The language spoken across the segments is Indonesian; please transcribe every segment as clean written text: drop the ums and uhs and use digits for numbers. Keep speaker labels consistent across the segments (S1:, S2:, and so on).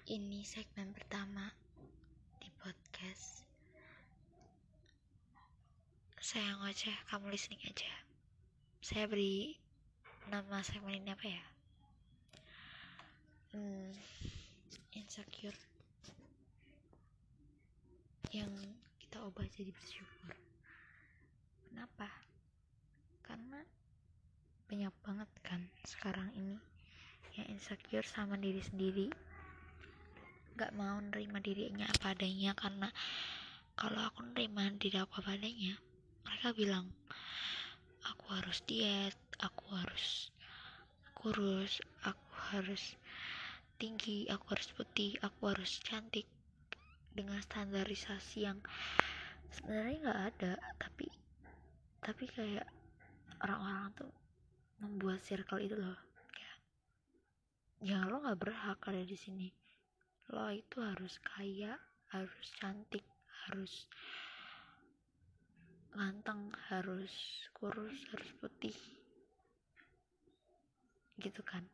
S1: Ini segmen pertama di podcast. Saya ngoceh, kamu listening aja. Saya beri nama segmen ini apa ya? Insecure. Yang kita ubah jadi bersyukur. Kenapa? Karena banyak banget kan sekarang ini yang insecure sama diri sendiri, gak mau nerima dirinya apa adanya. Karena kalau aku nerima diri aku apa adanya, mereka bilang aku harus diet, aku harus kurus, aku harus tinggi, aku harus putih, aku harus cantik, dengan standarisasi yang sebenarnya nggak ada, tapi kayak orang-orang tuh membuat circle itu loh, kayak ya lo nggak berhak ada di sini, lo itu harus kaya, harus cantik, harus ganteng, harus kurus, harus putih, gitu kan.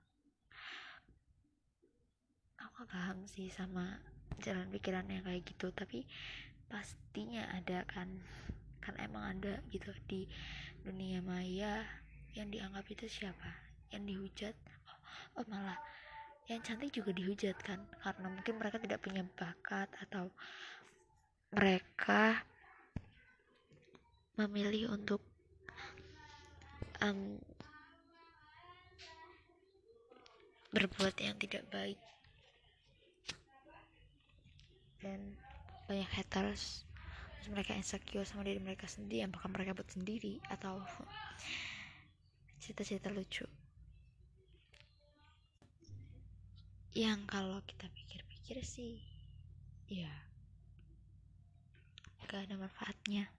S1: Aku gak paham sih sama jalan pikiran yang kayak gitu, tapi pastinya ada kan emang ada gitu di dunia maya. Yang dianggap itu siapa? Yang dihujat? Malah yang cantik juga dihujat kan, karena mungkin mereka tidak punya bakat, atau mereka memilih untuk berbuat yang tidak baik. Dan banyak haters, terus mereka insecure sama diri mereka sendiri yang bakal mereka buat sendiri, atau cerita-cerita lucu yang kalau kita pikir-pikir sih ya gak ada manfaatnya.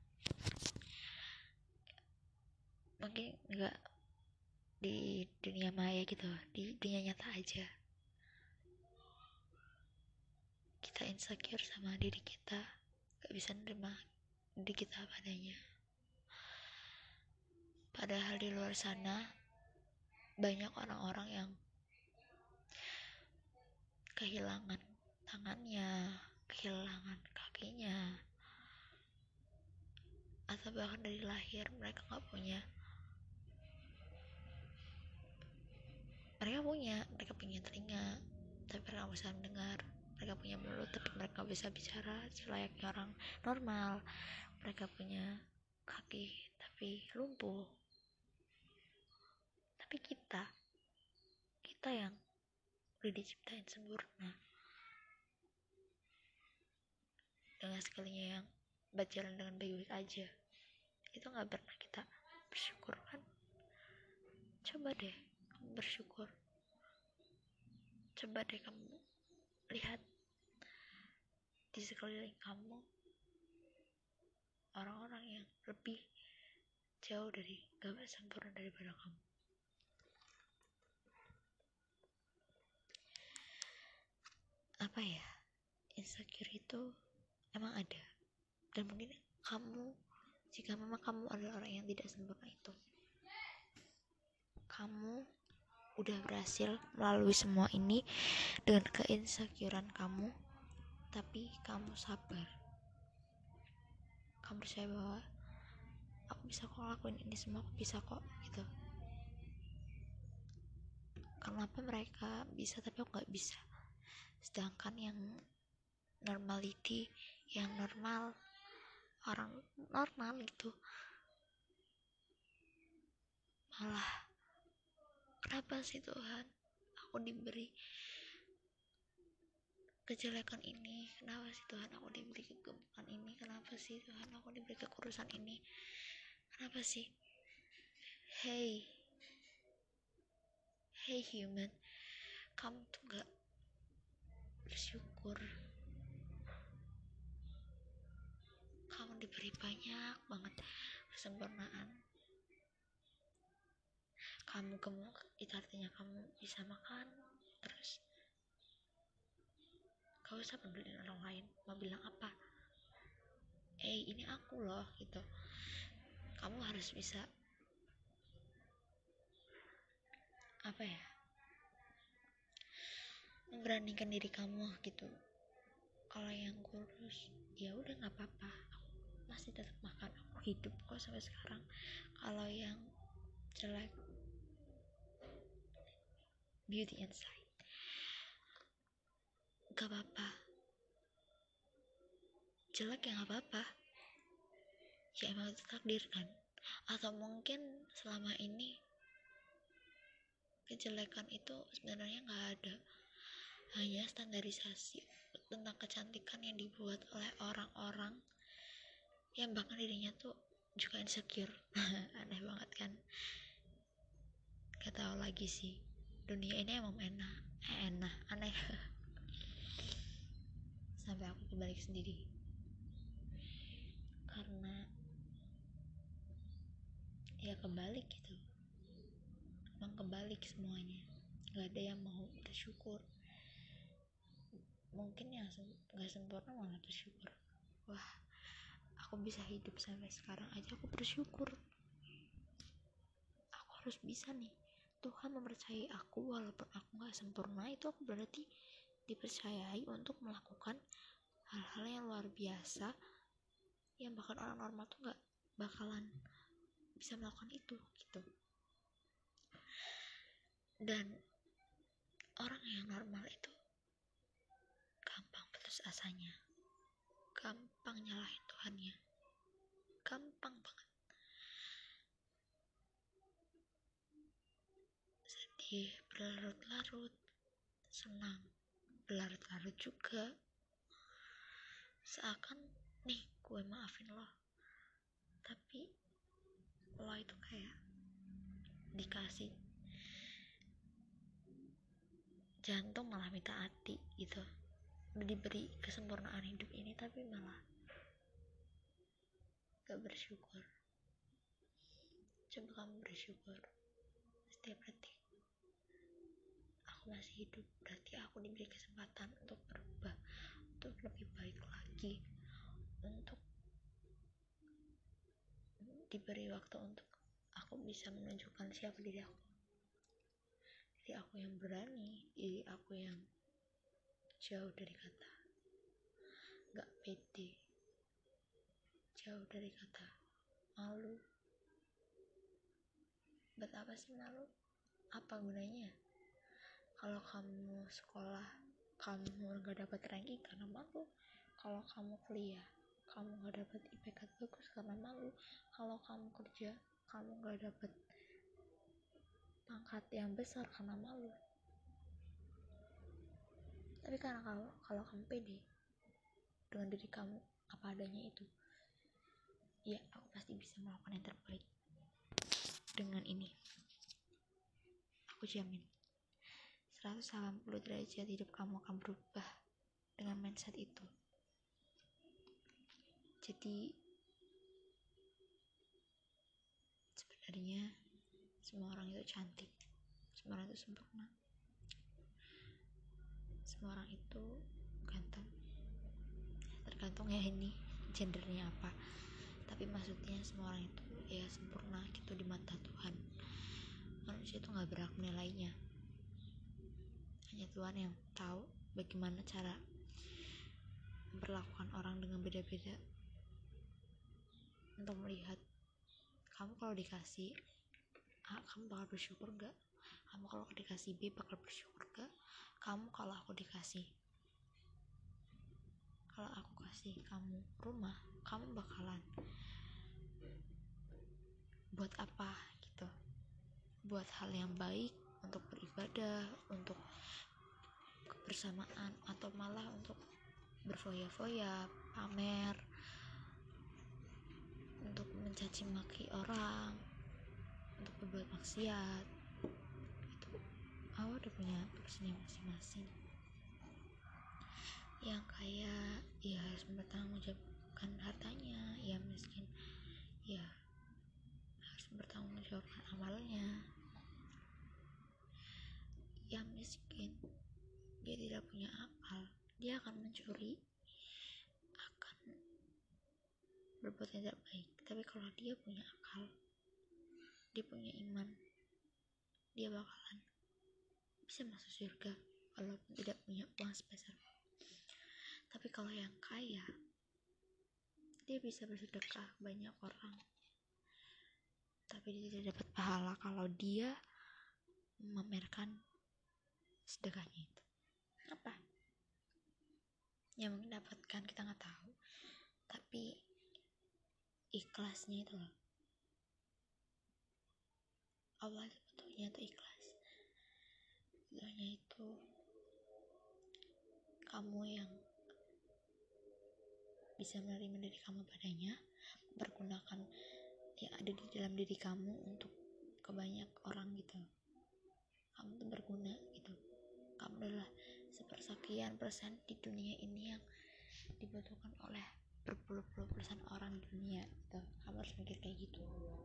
S1: Mungkin gak di dunia maya gitu, di dunia nyata aja kita insecure sama diri kita, gak bisa nerima diri kita apa adanya. Padahal di luar sana banyak orang-orang yang kehilangan tangannya, kehilangan kakinya, atau bahkan dari lahir mereka punya telinga tapi mereka gak bisa mendengar, mereka punya mulut tapi mereka gak bisa bicara selayaknya orang normal, mereka punya kaki tapi lumpuh. Tapi kita yang udah diciptain sempurna dengan sekalinya yang berjalan dengan baik-baik aja, itu gak pernah kita bersyukur kan. Coba deh kamu bersyukur, coba deh kamu lihat di sekeliling kamu orang-orang yang lebih jauh dari gak sempurna daripada kamu. Apa ya, insecure itu emang ada, dan mungkin kamu, jika memang kamu adalah orang yang tidak sempurna itu, kamu udah berhasil melalui semua ini dengan keinsecurean kamu, tapi kamu sabar, kamu percaya bahwa aku bisa kok lakuin ini semua, aku bisa kok gitu. Kenapa mereka bisa tapi aku gak bisa, sedangkan yang normality, yang normal, orang normal itu malah, kenapa sih Tuhan aku diberi kejelekan ini, kenapa sih Tuhan aku diberi kegemukan ini, kenapa sih Tuhan aku diberi kekurusan ini, kenapa sih. Hey human, kamu tuh gak bersyukur. Kamu diberi banyak banget kesempurnaan. Kamu gemuk itu artinya kamu bisa makan terus, gak usah peduliin orang lain mau bilang apa, ini aku loh gitu. Kamu harus bisa apa ya, memberanikan diri kamu gitu. Kalau yang kurus ya udah nggak apa-apa, aku masih tetap makan, aku hidup kok sampai sekarang. Kalau yang jelek, beauty inside, gak apa-apa. Jelek ya gak apa-apa, ya emang itu takdir kan. Atau mungkin selama ini kejelekan itu sebenarnya gak ada, hanya standarisasi tentang kecantikan yang dibuat oleh orang-orang yang bahkan dirinya tuh juga insecure. Aneh banget kan. Gak tahu lagi sih, dunia ini emang enak aneh. Sampai aku kebalik sendiri, karena ya kebalik gitu, emang kebalik semuanya. Gak ada yang mau bersyukur. Mungkin yang gak sempurna malah bersyukur. Wah, aku bisa hidup sampai sekarang aja aku bersyukur. Aku harus bisa nih, Tuhan mempercayai aku walaupun aku gak sempurna. Itu aku berarti dipercayai untuk melakukan hal-hal yang luar biasa, yang bahkan orang normal tuh gak bakalan bisa melakukan itu gitu. Dan orang yang normal itu gampang putus asanya, gampang nyalahin Tuhannya, gampang banget. Sedih berlarut-larut, senang berlarut-larut juga. Seakan nih gue maafin lo, tapi lo itu kayak dikasih jantung malah minta hati gitu. Udah diberi kesempurnaan hidup ini tapi malah gak bersyukur. Coba kamu bersyukur setiap detik. Aku masih hidup, berarti aku diberi kesempatan untuk berubah, untuk lebih baik lagi, untuk diberi waktu untuk aku bisa menunjukkan siapa diri aku. Diri aku yang berani, diri aku yang jauh dari kata gak pede, jauh dari kata malu. Buat apa sih malu? Apa gunanya? Kalau kamu sekolah kamu gak dapat ranking karena malu. Kalau kamu kuliah kamu gak dapat IPK bagus karena malu. Kalau kamu kerja kamu gak dapat pangkat yang besar karena malu. Tapi karena kalau kamu pede dengan diri kamu apa adanya itu, ya aku pasti bisa melakukan yang terbaik. Dengan ini aku jamin 180 derajat hidup kamu akan berubah dengan mindset itu. Jadi sebenarnya semua orang itu cantik, semua orang itu sempurna, semua orang itu ganteng. Tergantung ya ini gendernya apa, tapi maksudnya semua orang itu ya sempurna gitu di mata Tuhan. Manusia itu gak berhak menilainya, hanya Tuhan yang tahu bagaimana cara memperlakukan orang dengan beda-beda. Untuk melihat kamu kalau dikasih A kamu bakal bersyukur gak, kamu kalau dikasih B bakal bersyukur gak, kamu kalau aku kasih kamu rumah kamu bakalan buat apa gitu, buat hal yang baik, untuk beribadah, untuk kebersamaan, atau malah untuk berfoya-foya, pamer, untuk mencaci maki orang, untuk berbuat maksiat. Itu aku udah punya porsinya masing-masing. Yang kayak ya harus bertanggung jawabkan hartanya, ya miskin ya harus bertanggung jawabkan amalnya. Yang miskin dia tidak punya akal, dia akan mencuri, akan berbuat yang tidak baik. Tapi kalau dia punya akal, dia punya iman, dia bakalan bisa masuk surga walaupun tidak punya uang sebesar. Tapi kalau yang kaya, dia bisa bersedekah banyak orang, tapi dia tidak dapat pahala kalau dia memamerkan sedekahnya itu. Apa? Ya mungkin dapatkan, kita nggak tahu, tapi ikhlasnya itu loh, awalnya betulnya itu ikhlas. Betulnya itu kamu yang bisa menerima diri kamu padanya, pergunakan yang ada di dalam diri kamu untuk ke banyak orang gitu. Kamu tuh berguna gitu. Kamu adalah sepersekian persen di dunia ini yang dibutuhkan oleh berpuluh-puluh persen orang di dunia gitu. Kamu harus mikir kayak gitu.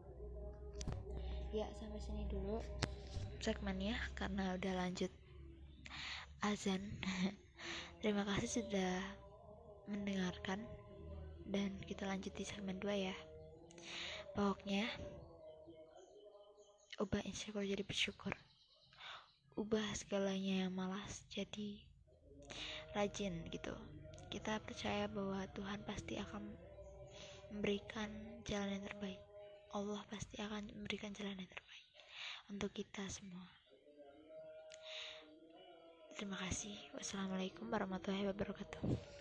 S1: Ya, sampai sini dulu segmennya karena udah lanjut azan. Terima kasih sudah mendengarkan, dan kita lanjut di segmen 2 ya. Pokoknya ubah insecure jadi bersyukur, ubah segalanya yang malas jadi rajin gitu. Kita percaya bahwa Tuhan pasti akan memberikan jalan yang terbaik. Allah pasti akan memberikan jalan yang terbaik untuk kita semua. Terima kasih. Wassalamualaikum warahmatullahi wabarakatuh.